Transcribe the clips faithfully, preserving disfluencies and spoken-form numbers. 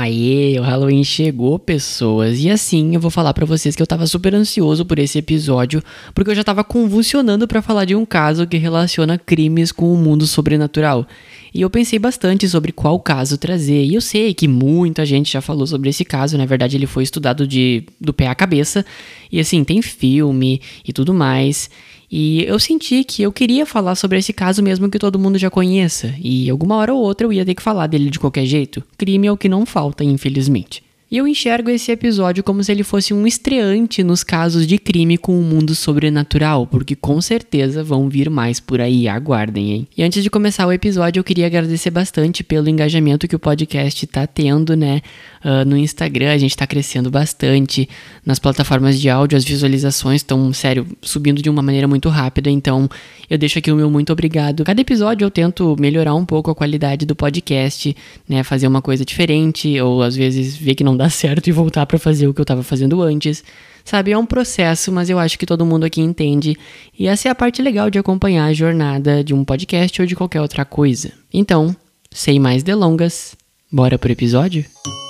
Aê, o Halloween chegou, pessoas, e assim eu vou falar pra vocês que eu tava super ansioso por esse episódio, porque eu já tava convulsionando pra falar de um caso que relaciona crimes com o mundo sobrenatural. E eu pensei bastante sobre qual caso trazer, e eu sei que muita gente já falou sobre esse caso, na verdade ele foi estudado de, do pé à cabeça, e assim, tem filme e tudo mais, e eu senti que eu queria falar sobre esse caso mesmo que todo mundo já conheça, e alguma hora ou outra eu ia ter que falar dele de qualquer jeito. Crime é o que não falta, infelizmente. E eu enxergo esse episódio como se ele fosse um estreante nos casos de crime com o mundo sobrenatural, porque com certeza vão vir mais por aí, aguardem, hein? E antes de começar o episódio, eu queria agradecer bastante pelo engajamento que o podcast tá tendo, né? Uh, no Instagram, a gente tá crescendo bastante. Nas plataformas de áudio, as visualizações estão, sério, subindo de uma maneira muito rápida, então eu deixo aqui o meu muito obrigado. Cada episódio eu tento melhorar um pouco a qualidade do podcast, né? Fazer uma coisa diferente, ou às vezes ver que não dá certo e voltar pra fazer o que eu tava fazendo antes. Sabe, é um processo, mas eu acho que todo mundo aqui entende. E essa é a parte legal de acompanhar a jornada de um podcast ou de qualquer outra coisa. Então, sem mais delongas, bora pro episódio?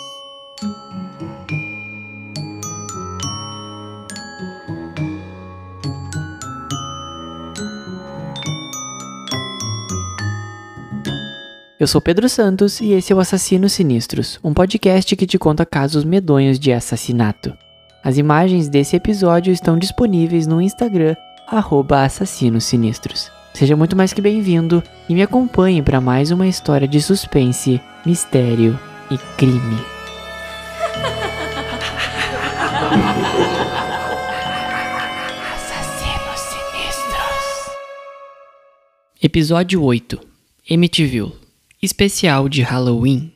Eu sou Pedro Santos e esse é o Assassinos Sinistros, um podcast que te conta casos medonhos de assassinato. As imagens desse episódio estão disponíveis no Instagram, arroba Assassinos Sinistros. Seja muito mais que bem-vindo e me acompanhe para mais uma história de suspense, mistério e crime. Assassinos Sinistros. Episódio oito. Amityville. Especial de Halloween.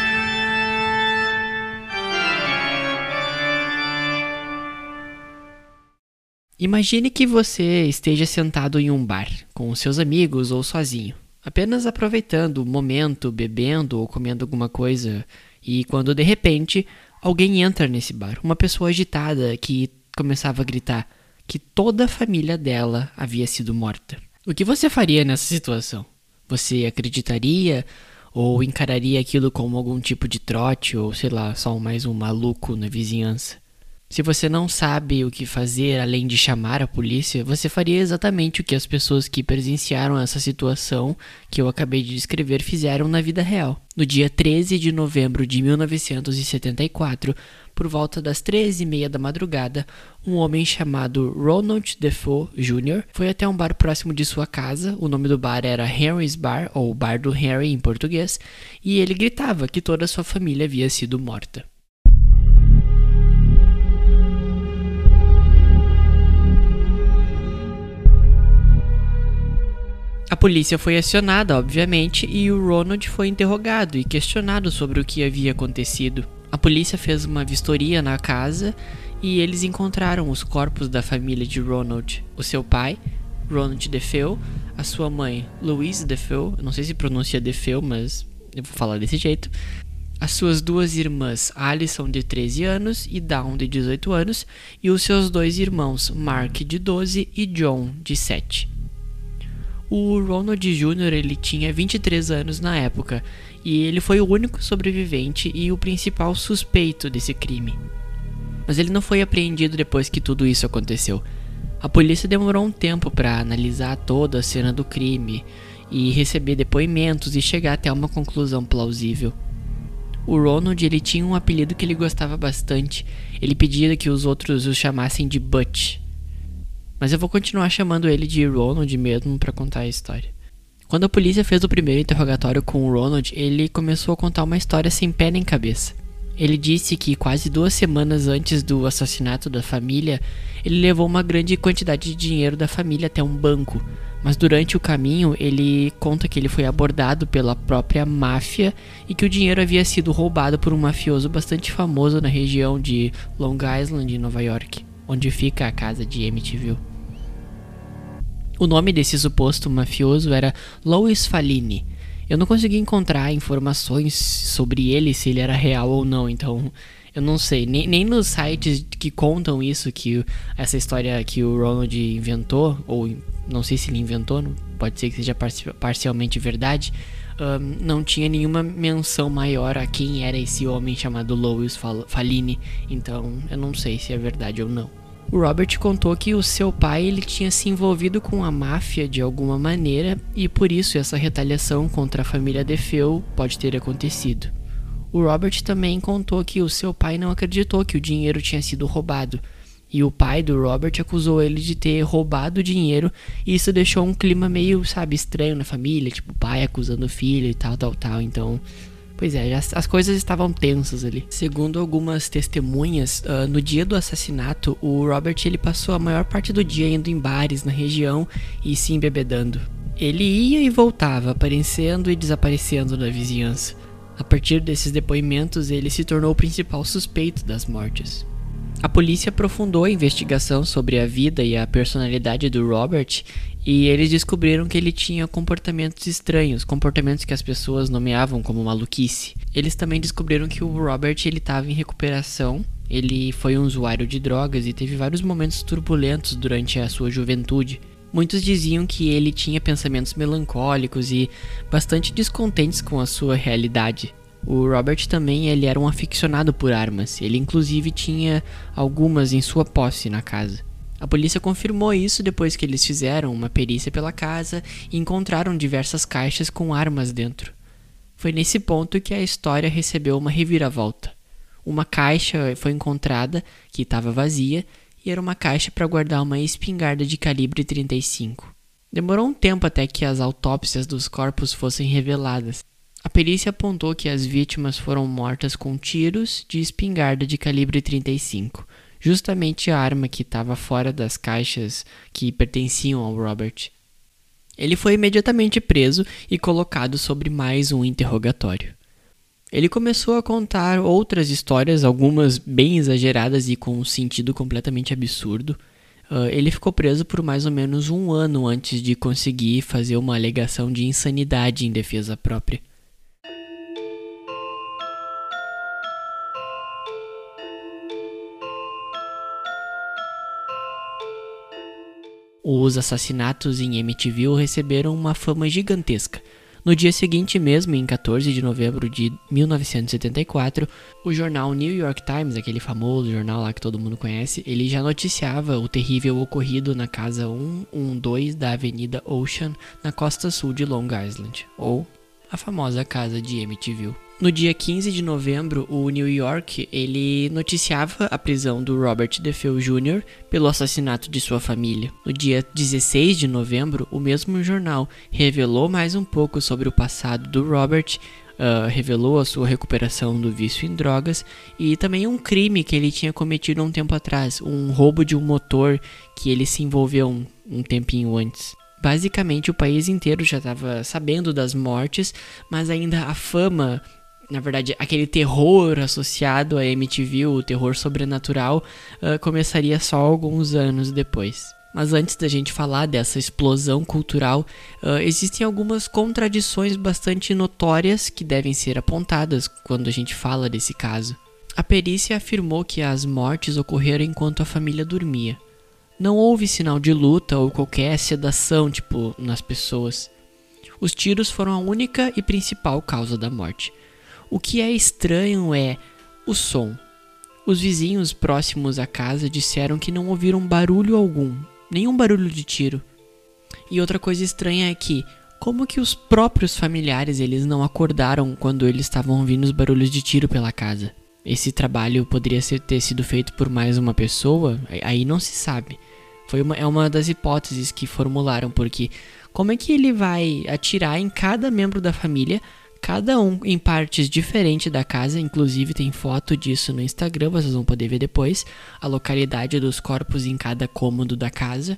Imagine que você esteja sentado em um bar, com os seus amigos ou sozinho, apenas aproveitando o momento, bebendo ou comendo alguma coisa, e quando de repente alguém entra nesse bar, uma pessoa agitada que começava a gritar que toda a família dela havia sido morta. O que você faria nessa situação? Você acreditaria ou encararia aquilo como algum tipo de trote ou, sei lá, só mais um maluco na vizinhança? Se você não sabe o que fazer além de chamar a polícia, você faria exatamente o que as pessoas que presenciaram essa situação que eu acabei de descrever fizeram na vida real. No dia treze de novembro de mil novecentos e setenta e quatro, por volta das treze e meia da madrugada, um homem chamado Ronald Defoe Júnior foi até um bar próximo de sua casa. O nome do bar era Henry's Bar, ou Bar do Henry em português, e ele gritava que toda a sua família havia sido morta. A polícia foi acionada, obviamente, e o Ronald foi interrogado e questionado sobre o que havia acontecido. A polícia fez uma vistoria na casa e eles encontraram os corpos da família de Ronald. O seu pai, Ronald Defoe, a sua mãe, Louise Defoe, eu não sei se pronuncia Defoe, mas eu vou falar desse jeito. As suas duas irmãs, Alison, de treze anos, e Dawn, de dezoito anos, e os seus dois irmãos, Mark, de doze, e John, de sete. O Ronald Júnior ele tinha vinte e três anos na época, e ele foi o único sobrevivente e o principal suspeito desse crime. Mas ele não foi apreendido depois que tudo isso aconteceu. A polícia demorou um tempo para analisar toda a cena do crime e receber depoimentos e chegar até uma conclusão plausível. O Ronald ele tinha um apelido que ele gostava bastante. Ele pedia que os outros o chamassem de Butch. Mas eu vou continuar chamando ele de Ronald mesmo para contar a história. Quando a polícia fez o primeiro interrogatório com o Ronald, ele começou a contar uma história sem pé nem cabeça. Ele disse que quase duas semanas antes do assassinato da família, ele levou uma grande quantidade de dinheiro da família até um banco. Mas durante o caminho, ele conta que ele foi abordado pela própria máfia e que o dinheiro havia sido roubado por um mafioso bastante famoso na região de Long Island, em Nova York, onde fica a casa de Amityville. O nome desse suposto mafioso era Louis Fallini. Eu não consegui encontrar informações sobre ele, se ele era real ou não, então eu não sei. Nem, nem nos sites que contam isso, que essa história que o Ronald inventou, ou não sei se ele inventou, pode ser que seja parci- parcialmente verdade, um, não tinha nenhuma menção maior a quem era esse homem chamado Louis Falini, então eu não sei se é verdade ou não. O Robert contou que o seu pai ele tinha se envolvido com a máfia de alguma maneira e por isso essa retaliação contra a família DeFeo pode ter acontecido. O Robert também contou que o seu pai não acreditou que o dinheiro tinha sido roubado e o pai do Robert acusou ele de ter roubado o dinheiro e isso deixou um clima meio, sabe, estranho na família, tipo o pai acusando o filho e tal, tal, tal, então... Pois é, já, as coisas estavam tensas ali. Segundo algumas testemunhas, uh, no dia do assassinato, o Robert ele passou a maior parte do dia indo em bares na região e se embebedando. Ele ia e voltava, aparecendo e desaparecendo na vizinhança. A partir desses depoimentos, ele se tornou o principal suspeito das mortes. A polícia aprofundou a investigação sobre a vida e a personalidade do Robert e eles descobriram que ele tinha comportamentos estranhos, comportamentos que as pessoas nomeavam como maluquice. Eles também descobriram que o Robert ele estava em recuperação, ele foi um usuário de drogas e teve vários momentos turbulentos durante a sua juventude. Muitos diziam que ele tinha pensamentos melancólicos e bastante descontentes com a sua realidade. O Robert também ele era um aficionado por armas, ele inclusive tinha algumas em sua posse na casa. A polícia confirmou isso depois que eles fizeram uma perícia pela casa e encontraram diversas caixas com armas dentro. Foi nesse ponto que a história recebeu uma reviravolta. Uma caixa foi encontrada que estava vazia e era uma caixa para guardar uma espingarda de calibre trinta e cinco. Demorou um tempo até que as autópsias dos corpos fossem reveladas. A perícia apontou que as vítimas foram mortas com tiros de espingarda de calibre trinta e cinco, justamente a arma que estava fora das caixas que pertenciam ao Robert. Ele foi imediatamente preso e colocado sobre mais um interrogatório. Ele começou a contar outras histórias, algumas bem exageradas e com um sentido completamente absurdo. Uh, ele ficou preso por mais ou menos um ano antes de conseguir fazer uma alegação de insanidade em defesa própria. Os assassinatos em Amityville receberam uma fama gigantesca. No dia seguinte mesmo, em quatorze de novembro de mil novecentos e setenta e quatro, o jornal New York Times, aquele famoso jornal lá que todo mundo conhece, ele já noticiava o terrível ocorrido na casa cento e doze da Avenida Ocean, na costa sul de Long Island, ou a famosa casa de Amityville. No dia quinze de novembro, o New York ele noticiava a prisão do Robert DeFeo Júnior pelo assassinato de sua família. No dia dezesseis de novembro, o mesmo jornal revelou mais um pouco sobre o passado do Robert, uh, revelou a sua recuperação do vício em drogas e também um crime que ele tinha cometido um tempo atrás, um roubo de um motor que ele se envolveu um, um tempinho antes. Basicamente, o país inteiro já estava sabendo das mortes, mas ainda a fama... Na verdade, aquele terror associado a Amityville, o terror sobrenatural, uh, começaria só alguns anos depois. Mas antes da gente falar dessa explosão cultural, uh, existem algumas contradições bastante notórias que devem ser apontadas quando a gente fala desse caso. A perícia afirmou que as mortes ocorreram enquanto a família dormia. Não houve sinal de luta ou qualquer sedação, tipo, nas pessoas. Os tiros foram a única e principal causa da morte. O que é estranho é o som. Os vizinhos próximos à casa disseram que não ouviram barulho algum, nenhum barulho de tiro. E outra coisa estranha é que, como que os próprios familiares eles não acordaram quando eles estavam ouvindo os barulhos de tiro pela casa? Esse trabalho poderia ser, ter sido feito por mais uma pessoa? Aí não se sabe. Foi uma, é uma das hipóteses que formularam, porque como é que ele vai atirar em cada membro da família, cada um em partes diferentes da casa, inclusive tem foto disso no Instagram, vocês vão poder ver depois, a localidade dos corpos em cada cômodo da casa.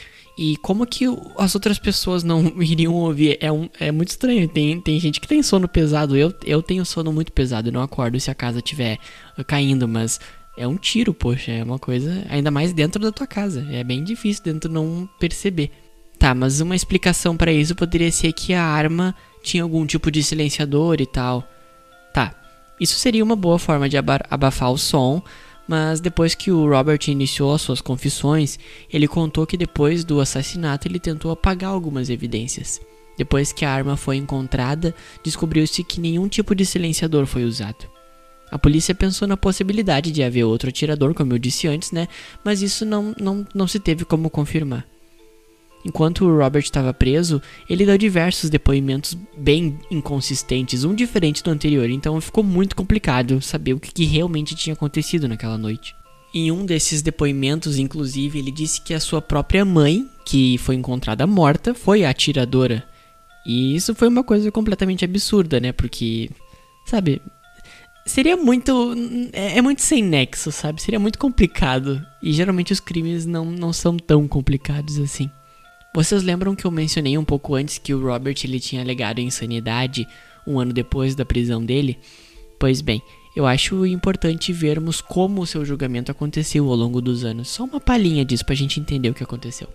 E como que as outras pessoas não iriam ouvir? É, um, é muito estranho, tem, tem gente que tem sono pesado, eu, eu tenho sono muito pesado, eu não acordo se a casa estiver caindo, mas é um tiro, poxa, é uma coisa, ainda mais dentro da tua casa, é bem difícil dentro não perceber. Tá, mas uma explicação pra isso poderia ser que a arma tinha algum tipo de silenciador e tal. Tá, isso seria uma boa forma de abafar o som, mas depois que o Robert iniciou as suas confissões, ele contou que depois do assassinato ele tentou apagar algumas evidências. Depois que a arma foi encontrada, descobriu-se que nenhum tipo de silenciador foi usado. A polícia pensou na possibilidade de haver outro atirador, como eu disse antes, né? Mas isso não, não, não se teve como confirmar. Enquanto o Robert estava preso, ele deu diversos depoimentos bem inconsistentes, um diferente do anterior, então ficou muito complicado saber o que, que realmente tinha acontecido naquela noite. Em um desses depoimentos, inclusive, ele disse que a sua própria mãe, que foi encontrada morta, foi a atiradora. E isso foi uma coisa completamente absurda, né? Porque, sabe, seria muito... É, é muito sem nexo, sabe? Seria muito complicado. E geralmente os crimes não, não são tão complicados assim. Vocês lembram que eu mencionei um pouco antes que o Robert ele tinha alegado insanidade um ano depois da prisão dele? Pois bem, eu acho importante vermos como o seu julgamento aconteceu ao longo dos anos. Só uma palhinha disso pra gente entender o que aconteceu.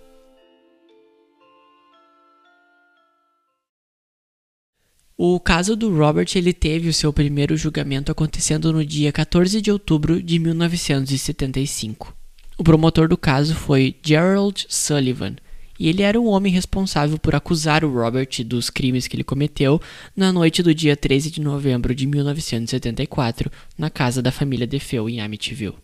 O caso do Robert ele teve o seu primeiro julgamento acontecendo no dia quatorze de outubro de mil novecentos e setenta e cinco. O promotor do caso foi Gerald Sullivan, e ele era o homem responsável por acusar o Robert dos crimes que ele cometeu na noite do dia treze de novembro de mil novecentos e setenta e quatro, na casa da família DeFeo em Amityville.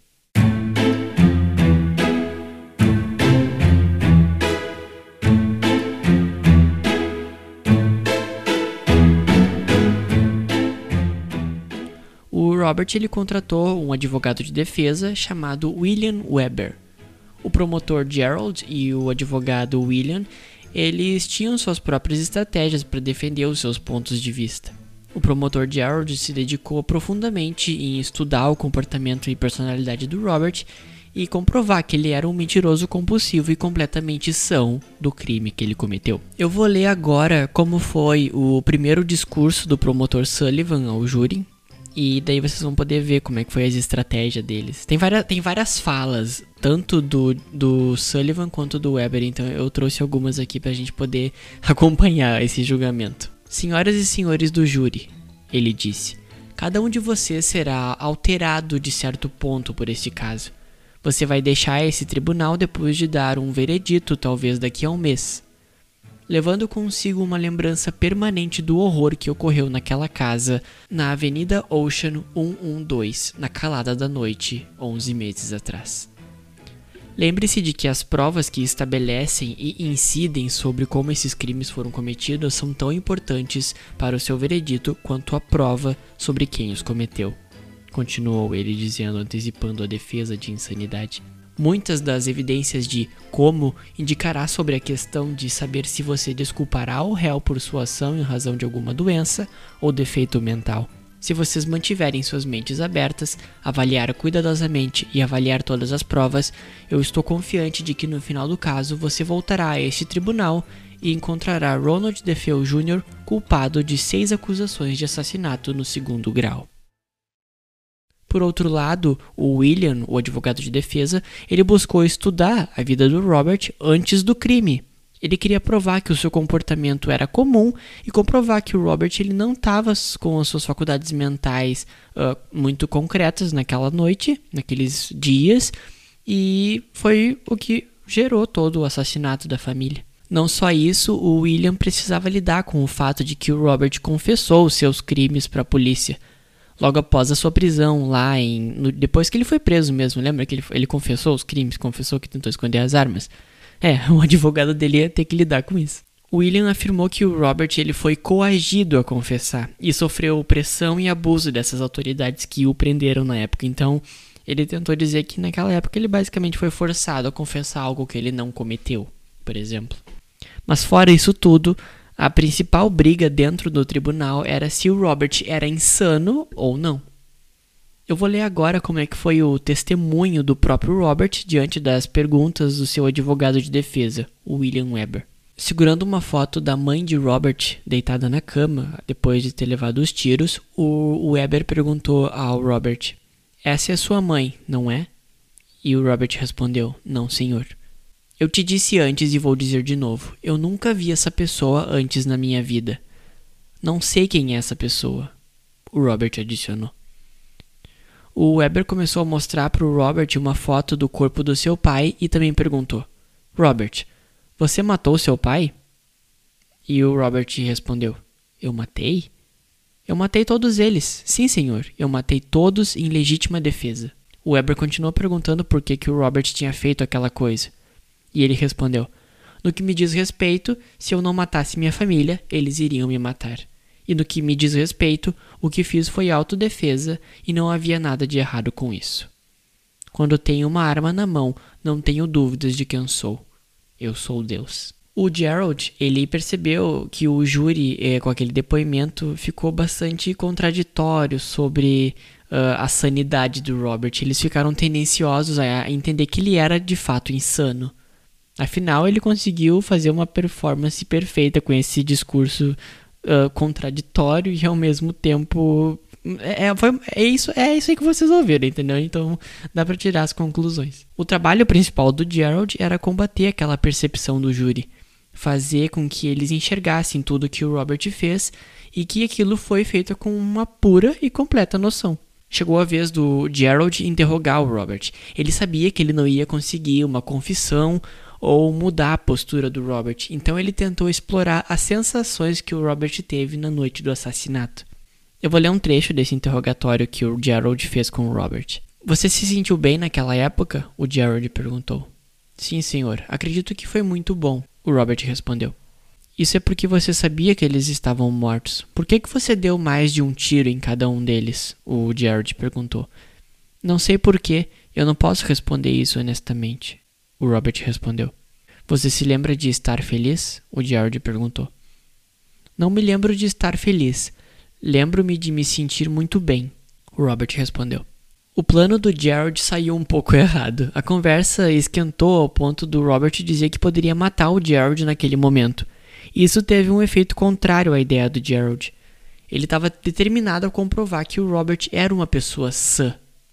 O Robert ele contratou um advogado de defesa chamado William Weber. O promotor Gerald e o advogado William, eles tinham suas próprias estratégias para defender os seus pontos de vista. O promotor Gerald se dedicou profundamente em estudar o comportamento e personalidade do Robert e comprovar que ele era um mentiroso compulsivo e completamente são do crime que ele cometeu. Eu vou ler agora como foi o primeiro discurso do promotor Sullivan ao júri. E daí vocês vão poder ver como é que foi as estratégias deles. Tem várias, tem várias falas, tanto do, do Sullivan quanto do Weber, então eu trouxe algumas aqui pra gente poder acompanhar esse julgamento. Senhoras e senhores do júri, ele disse, cada um de vocês será alterado de certo ponto por este caso. Você vai deixar esse tribunal depois de dar um veredito, talvez daqui a um mês, levando consigo uma lembrança permanente do horror que ocorreu naquela casa, na Avenida Ocean cento e doze, na calada da noite, onze meses atrás. Lembre-se de que as provas que estabelecem e incidem sobre como esses crimes foram cometidos são tão importantes para o seu veredito quanto a prova sobre quem os cometeu, continuou ele dizendo, antecipando a defesa de insanidade. Muitas das evidências de como indicará sobre a questão de saber se você desculpará o réu por sua ação em razão de alguma doença ou defeito mental. Se vocês mantiverem suas mentes abertas, avaliar cuidadosamente e avaliar todas as provas, eu estou confiante de que no final do caso você voltará a este tribunal e encontrará Ronald DeFeo Júnior culpado de seis acusações de assassinato no segundo grau. Por outro lado, o William, o advogado de defesa, ele buscou estudar a vida do Robert antes do crime. Ele queria provar que o seu comportamento era comum e comprovar que o Robert ele não estava com as suas faculdades mentais uh, muito concretas naquela noite, naqueles dias, e foi o que gerou todo o assassinato da família. Não só isso, o William precisava lidar com o fato de que o Robert confessou os seus crimes para a polícia. Logo após a sua prisão, lá em... No, depois que ele foi preso mesmo, lembra que ele, ele confessou os crimes, confessou que tentou esconder as armas? É, o advogado dele ia ter que lidar com isso. O William afirmou que o Robert ele foi coagido a confessar e sofreu pressão e abuso dessas autoridades que o prenderam na época. Então, ele tentou dizer que naquela época ele basicamente foi forçado a confessar algo que ele não cometeu, por exemplo. Mas fora isso tudo, a principal briga dentro do tribunal era se o Robert era insano ou não. Eu vou ler agora como é que foi o testemunho do próprio Robert diante das perguntas do seu advogado de defesa, o William Weber. Segurando uma foto da mãe de Robert deitada na cama, depois de ter levado os tiros, o Weber perguntou ao Robert, "Essa é sua mãe, não é?" E o Robert respondeu, "Não, senhor." "Eu te disse antes e vou dizer de novo, eu nunca vi essa pessoa antes na minha vida. Não sei quem é essa pessoa," o Robert adicionou. O Weber começou a mostrar para o Robert uma foto do corpo do seu pai e também perguntou, "Robert, você matou seu pai?" E o Robert respondeu: eu matei? Eu matei todos eles. Sim, senhor. Eu matei todos em legítima defesa. O Weber continuou perguntando por que, que o Robert tinha feito aquela coisa. E ele respondeu: no que me diz respeito, se eu não matasse minha família, eles iriam me matar. E no que me diz respeito, o que fiz foi autodefesa e não havia nada de errado com isso. Quando tenho uma arma na mão, não tenho dúvidas de quem sou. Eu sou Deus. O Gerald, ele percebeu que o júri, eh, com aquele depoimento, ficou bastante contraditório sobre uh, a sanidade do Robert. Eles ficaram tendenciosos a entender que ele era de fato insano. Afinal, ele conseguiu fazer uma performance perfeita com esse discurso uh, contraditório e ao mesmo tempo... É, foi, é, isso, é isso aí que vocês ouviram, entendeu? Então dá pra tirar as conclusões. O trabalho principal do Gerald era combater aquela percepção do júri. Fazer com que eles enxergassem tudo que o Robert fez e que aquilo foi feito com uma pura e completa noção. Chegou a vez do Gerald interrogar o Robert. Ele sabia que ele não ia conseguir uma confissão ou mudar a postura do Robert, então ele tentou explorar as sensações que o Robert teve na noite do assassinato. Eu vou ler um trecho desse interrogatório que o Gerald fez com o Robert. Você se sentiu bem naquela época? O Gerald perguntou. Sim, senhor. Acredito que foi muito bom, o Robert respondeu. Isso é porque você sabia que eles estavam mortos. Por que que você deu mais de um tiro em cada um deles? O Gerald perguntou. Não sei porquê. Eu não posso responder isso honestamente. O Robert respondeu. Você se lembra de estar feliz? O Gerald perguntou. Não me lembro de estar feliz. Lembro-me de me sentir muito bem. O Robert respondeu. O plano do Gerald saiu um pouco errado. A conversa esquentou ao ponto do Robert dizer que poderia matar o Gerald naquele momento. Isso teve um efeito contrário à ideia do Gerald. Ele estava determinado a comprovar que o Robert era uma pessoa sã.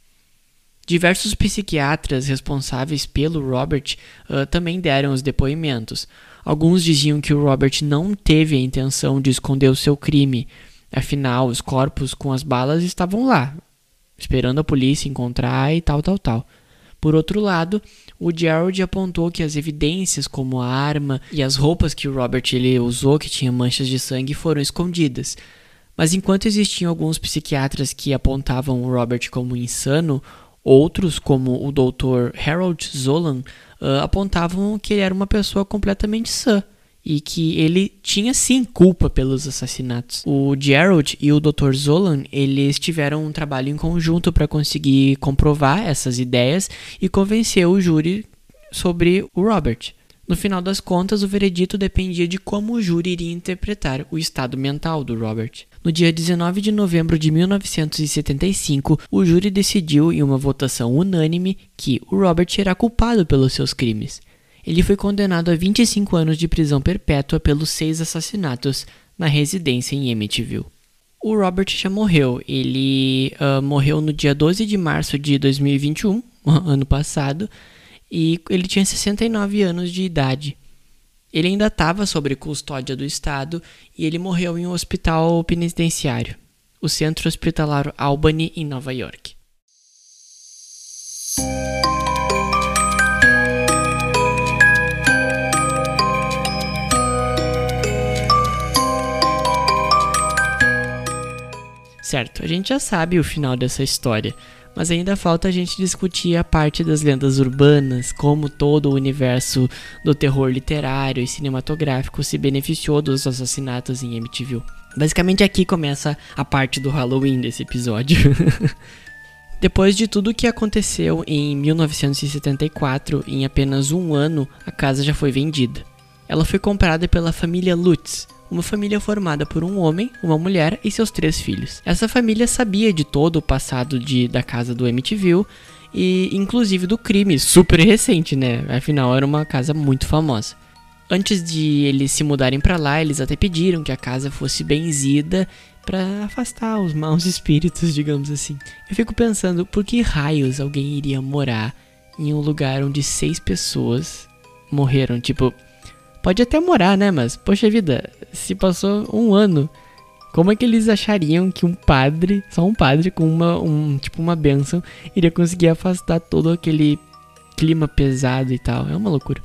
Diversos psiquiatras responsáveis pelo Robert uh, também deram os depoimentos. Alguns diziam que o Robert não teve a intenção de esconder o seu crime. Afinal, os corpos com as balas estavam lá, esperando a polícia encontrar e tal, tal, tal. Por outro lado, o Gerald apontou que as evidências como a arma e as roupas que o Robert ele usou, que tinham manchas de sangue, foram escondidas. Mas enquanto existiam alguns psiquiatras que apontavam o Robert como insano, outros, como o doutor Harold Zolan, uh, apontavam que ele era uma pessoa completamente sã e que ele tinha sim culpa pelos assassinatos. O Gerald e o doutor Zolan, eles tiveram um trabalho em conjunto para conseguir comprovar essas ideias e convencer o júri sobre o Robert. No final das contas, o veredito dependia de como o júri iria interpretar o estado mental do Robert. No dia dezenove de novembro de mil novecentos e setenta e cinco, o júri decidiu em uma votação unânime que o Robert era culpado pelos seus crimes. Ele foi condenado a vinte e cinco anos de prisão perpétua pelos seis assassinatos na residência em Amityville. O Robert já morreu. Ele uh, morreu no dia doze de março de dois mil e vinte e um, ano passado, e ele tinha sessenta e nove anos de idade. Ele ainda estava sob custódia do Estado e ele morreu em um hospital penitenciário, o Centro Hospitalar Albany, em Nova York. Certo, a gente já sabe o final dessa história, mas ainda falta a gente discutir a parte das lendas urbanas, como todo o universo do terror literário e cinematográfico se beneficiou dos assassinatos em Amityville. Basicamente aqui começa a parte do Halloween desse episódio. Depois de tudo que aconteceu em mil novecentos e setenta e quatro, em apenas um ano, a casa já foi vendida. Ela foi comprada pela família Lutz, uma família formada por um homem, uma mulher e seus três filhos. Essa família sabia de todo o passado de, da casa do Amityville e inclusive do crime, super recente, né? Afinal, era uma casa muito famosa. Antes de eles se mudarem pra lá, eles até pediram que a casa fosse benzida para afastar os maus espíritos, digamos assim. Eu fico pensando, por que raios alguém iria morar em um lugar onde seis pessoas morreram? Tipo, pode até morar, né? Mas, poxa vida, se passou um ano, como é que eles achariam que um padre, só um padre com uma, um, tipo uma bênção, iria conseguir afastar todo aquele clima pesado e tal? É uma loucura.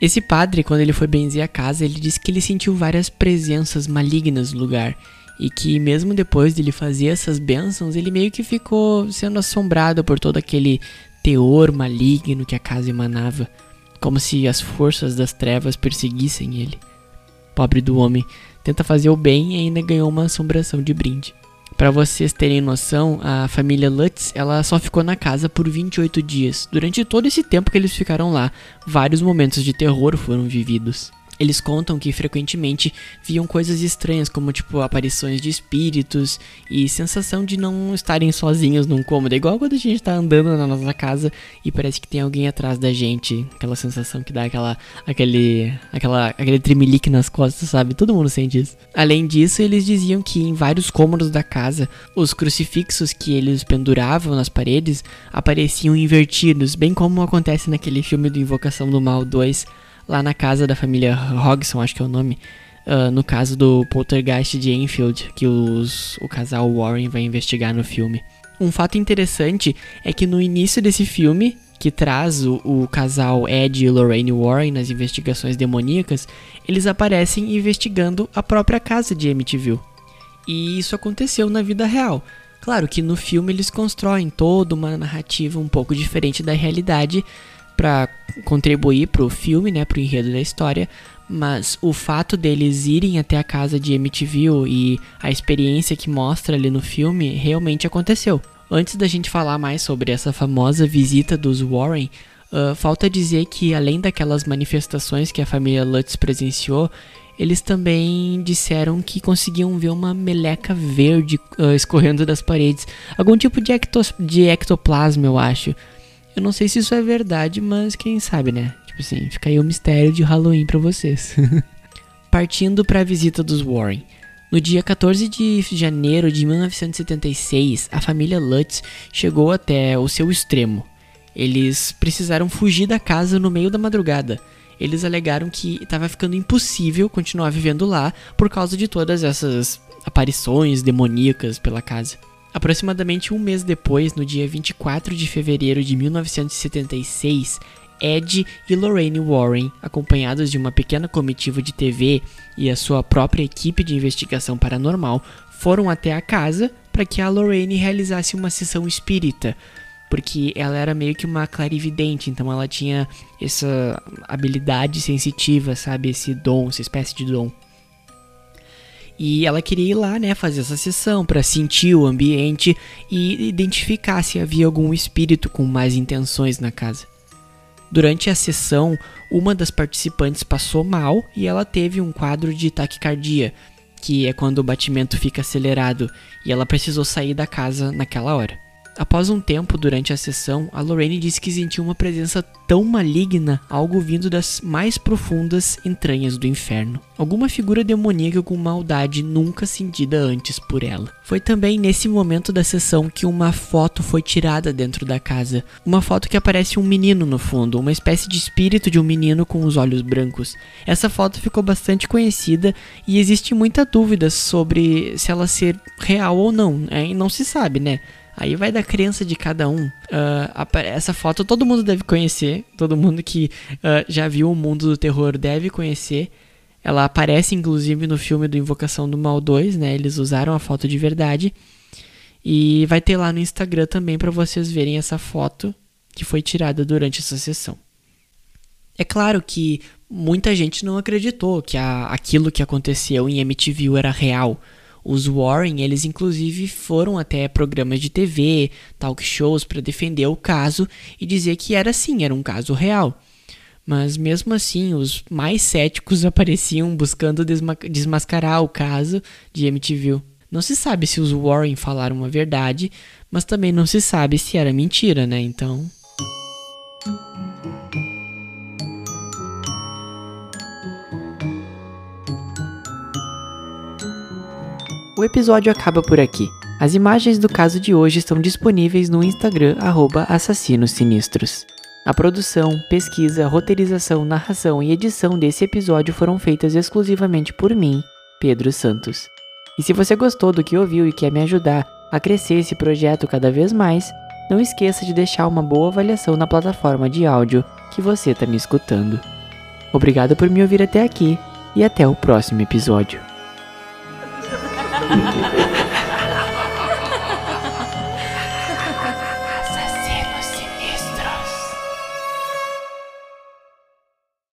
Esse padre, quando ele foi benzer a casa, ele disse que ele sentiu várias presenças malignas no lugar. E que mesmo depois de ele fazer essas bênçãos, ele meio que ficou sendo assombrado por todo aquele teor maligno que a casa emanava. Como se as forças das trevas perseguissem ele. Pobre do homem, tenta fazer o bem e ainda ganhou uma assombração de brinde. Para vocês terem noção, a família Lutz, ela só ficou na casa por vinte e oito dias. Durante todo esse tempo que eles ficaram lá, vários momentos de terror foram vividos. Eles contam que frequentemente viam coisas estranhas, como tipo aparições de espíritos e sensação de não estarem sozinhos num cômodo. É igual quando a gente tá andando na nossa casa e parece que tem alguém atrás da gente. Aquela sensação que dá aquela, aquele, aquela, aquele tremelique nas costas, sabe? Todo mundo sente isso. Além disso, eles diziam que em vários cômodos da casa, os crucifixos que eles penduravam nas paredes apareciam invertidos, bem como acontece naquele filme do Invocação do Mal dois, lá na casa da família Hodgson, acho que é o nome, uh, no caso do poltergeist de Enfield, que os, o casal Warren vai investigar no filme. Um fato interessante é que no início desse filme, que traz o, o casal Ed e Lorraine Warren nas investigações demoníacas, eles aparecem investigando a própria casa de Amityville. E isso aconteceu na vida real. Claro que no filme eles constroem toda uma narrativa um pouco diferente da realidade, para contribuir pro filme, né, pro enredo da história, mas o fato deles irem até a casa de Amityville e a experiência que mostra ali no filme realmente aconteceu. Antes da gente falar mais sobre essa famosa visita dos Warren, uh, falta dizer que além daquelas manifestações que a família Lutz presenciou, eles também disseram que conseguiam ver uma meleca verde uh, escorrendo das paredes, algum tipo de, ectos- de ectoplasma, eu acho. Eu não sei se isso é verdade, mas quem sabe, né? Tipo assim, fica aí o mistério de Halloween pra vocês. Partindo para a visita dos Warren. No dia quatorze de janeiro de mil novecentos e setenta e seis, a família Lutz chegou até o seu extremo. Eles precisaram fugir da casa no meio da madrugada. Eles alegaram que estava ficando impossível continuar vivendo lá por causa de todas essas aparições demoníacas pela casa. Aproximadamente um mês depois, no dia vinte e quatro de fevereiro de mil novecentos e setenta e seis, Ed e Lorraine Warren, acompanhados de uma pequena comitiva de T V e a sua própria equipe de investigação paranormal, foram até a casa para que a Lorraine realizasse uma sessão espírita, porque ela era meio que uma clarividente, então ela tinha essa habilidade sensitiva, sabe, esse dom, essa espécie de dom. E ela queria ir lá, né, fazer essa sessão para sentir o ambiente e identificar se havia algum espírito com más intenções na casa. Durante a sessão, uma das participantes passou mal e ela teve um quadro de taquicardia, que é quando o batimento fica acelerado, e ela precisou sair da casa naquela hora. Após um tempo durante a sessão, a Lorraine disse que sentiu uma presença tão maligna, algo vindo das mais profundas entranhas do inferno. Alguma figura demoníaca com maldade nunca sentida antes por ela. Foi também nesse momento da sessão que uma foto foi tirada dentro da casa. Uma foto que aparece um menino no fundo, uma espécie de espírito de um menino com os olhos brancos. Essa foto ficou bastante conhecida e existe muita dúvida sobre se ela ser real ou não, é, não se sabe, né? Aí vai da crença de cada um. Uh, essa foto todo mundo deve conhecer. Todo mundo que uh, já viu o mundo do terror deve conhecer. Ela aparece inclusive no filme do Invocação do Mal dois, né? Eles usaram a foto de verdade. E vai ter lá no Instagram também para vocês verem essa foto que foi tirada durante essa sessão. É claro que muita gente não acreditou que a, aquilo que aconteceu em Amityville era real. Os Warren, eles inclusive foram até programas de T V, talk shows para defender o caso e dizer que era sim, era um caso real. Mas mesmo assim, os mais céticos apareciam buscando desma- desmascarar o caso de Amityville. Não se sabe se os Warren falaram a verdade, mas também não se sabe se era mentira, né? Então... O episódio acaba por aqui. As imagens do caso de hoje estão disponíveis no Instagram, arroba Assassinos Sinistros. A produção, pesquisa, roteirização, narração e edição desse episódio foram feitas exclusivamente por mim, Pedro Santos. E se você gostou do que ouviu e quer me ajudar a crescer esse projeto cada vez mais, não esqueça de deixar uma boa avaliação na plataforma de áudio que você está me escutando. Obrigado por me ouvir até aqui e até o próximo episódio.